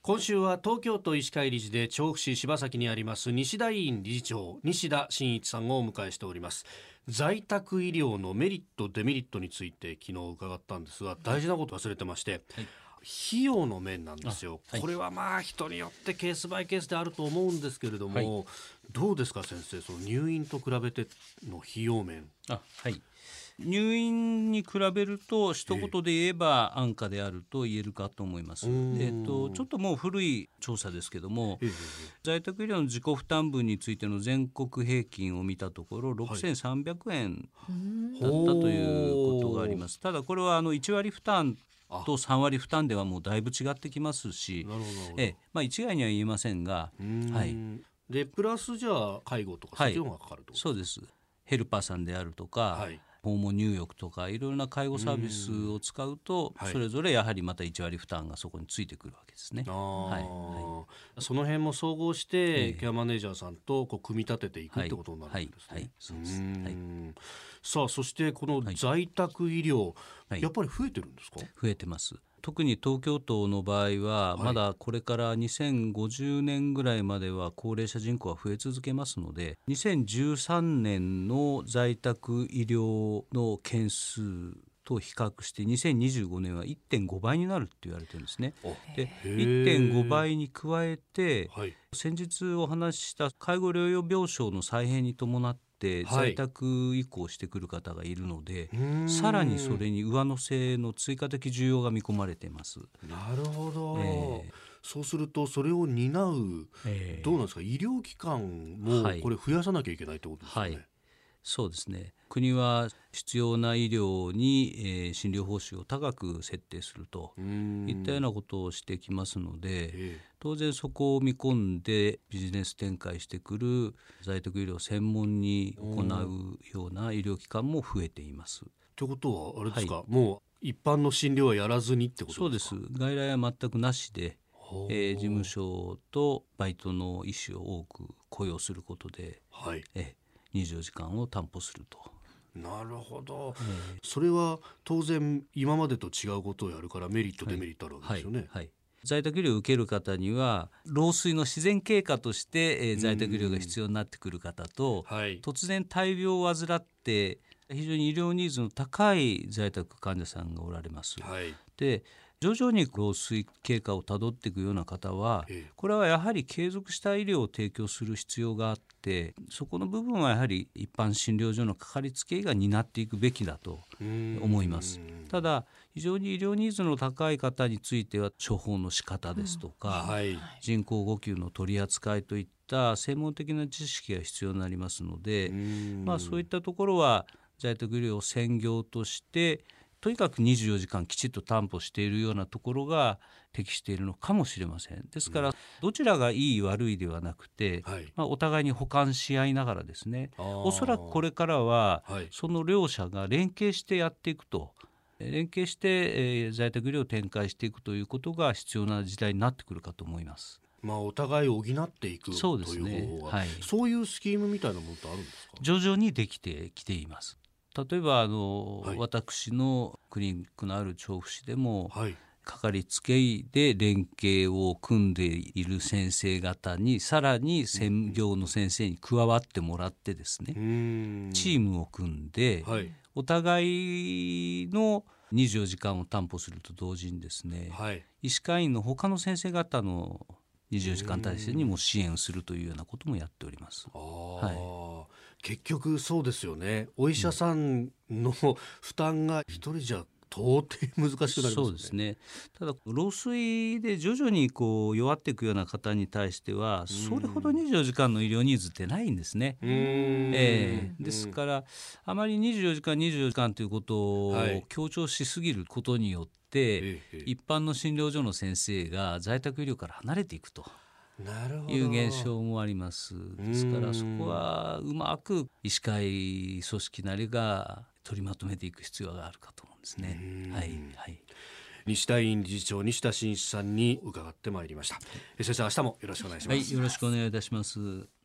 今週は東京都医師会理事で調布市柴崎にあります西田医院理事長西田真一さんをお迎えしております。在宅医療のメリットデメリットについて昨日伺ったんですが、大事なこと忘れてまして、費用の面なんですよ。これはまあ人によってケースバイケースであると思うんですけれども、どうですか先生、その入院と比べての費用面。 入院に比べると一言で言えば安価であると言えるかと思います。ちょっともう古い調査ですけども、在宅医療の自己負担分についての全国平均を見たところ6300円だったということがあります。ただこれは1割負担と3割負担ではもうだいぶ違ってきますし、一概には言えませんが、 でプラスじゃあ介護とかそっちの方がかかると、 そうです。ヘルパーさんであるとか、訪問入浴とかいろいろな介護サービスを使うと、それぞれやはりまた1割負担がそこについてくるわけですね。 その辺も総合してケアマネージャーさんと組み立てていくってことになるんですね。 そうです。 さあそしてこの在宅医療、やっぱり増えてるんですか？ 増えてます。特に東京都の場合はまだこれから2050年ぐらいまでは高齢者人口は増え続けますので、2013年の在宅医療の件数と比較して2025年は 1.5 倍になるって言われてるんですね。で 1.5 倍に加えて、先日お話しした介護療養病床の再編に伴って在宅移行してくる方がいるので、さらにそれに上乗せの追加的需要が見込まれています。 なるほど、そうするとそれを担う、どうなんですか、医療機関もこれ増やさなきゃいけないってことですよね。 そうですね。国は必要な医療に、診療報酬を高く設定するといったようなことをしてきますので、当然そこを見込んでビジネス展開してくる在宅医療専門に行うような医療機関も増えています。 ということはあれですか、もう一般の診療はやらずにってことですか？ そうです。外来は全くなしで、事務所とバイトの医師を多く雇用することで、24時間を担保すると。 なるほど、それは当然今までと違うことをやるからメリットデメリットあるわけですよね。 在宅医療を受ける方には老衰の自然経過として、在宅医療が必要になってくる方と、突然大病を患って非常に医療ニーズの高い在宅患者さんがおられます。で徐々に老衰経過をたどっていくような方は、これはやはり継続した医療を提供する必要があって、そこの部分はやはり一般診療所のかかりつけ医が担っていくべきだと思います。ただ非常に医療ニーズの高い方については処方の仕方ですとか、人工呼吸の取り扱いといった専門的な知識が必要になりますので、そういったところは在宅医療を専業としてとにかく24時間きちっと担保しているようなところが適しているのかもしれません。ですからどちらがいい悪いではなくて、お互いに補完し合いながらですね、おそらくこれからは、その両者が連携してやっていくと、連携して、在宅医療を展開していくということが必要な時代になってくるかと思います。 お互いを補っていくという方が、そういうスキームみたいなものってあるんですか？ 徐々にできてきています。例えば私のクリニックのある調布市でも、かかりつけ医で連携を組んでいる先生方にさらに専業の先生に加わってもらってですね、チームを組んで、お互いの24時間を担保すると同時にですね、医師会員の他の先生方の24時間体制にも支援するというようなこともやっております。 結局そうですよね。お医者さんの負担が一人じゃ到底難しくなりますね。 そうですね。ただ老衰で徐々に弱っていくような方に対してはそれほど24時間の医療ニーズってないんですね。ですからあまり24時間24時間ということを強調しすぎることによって、一般の診療所の先生が在宅医療から離れていくという現象もあります。ですからそこはうまく医師会組織なりが取りまとめていく必要があるかと思うんですね。 西田院理事長西田真一さんに伺ってまいりました。先生、明日もよろしくお願いします。 よろしくお願いいたします。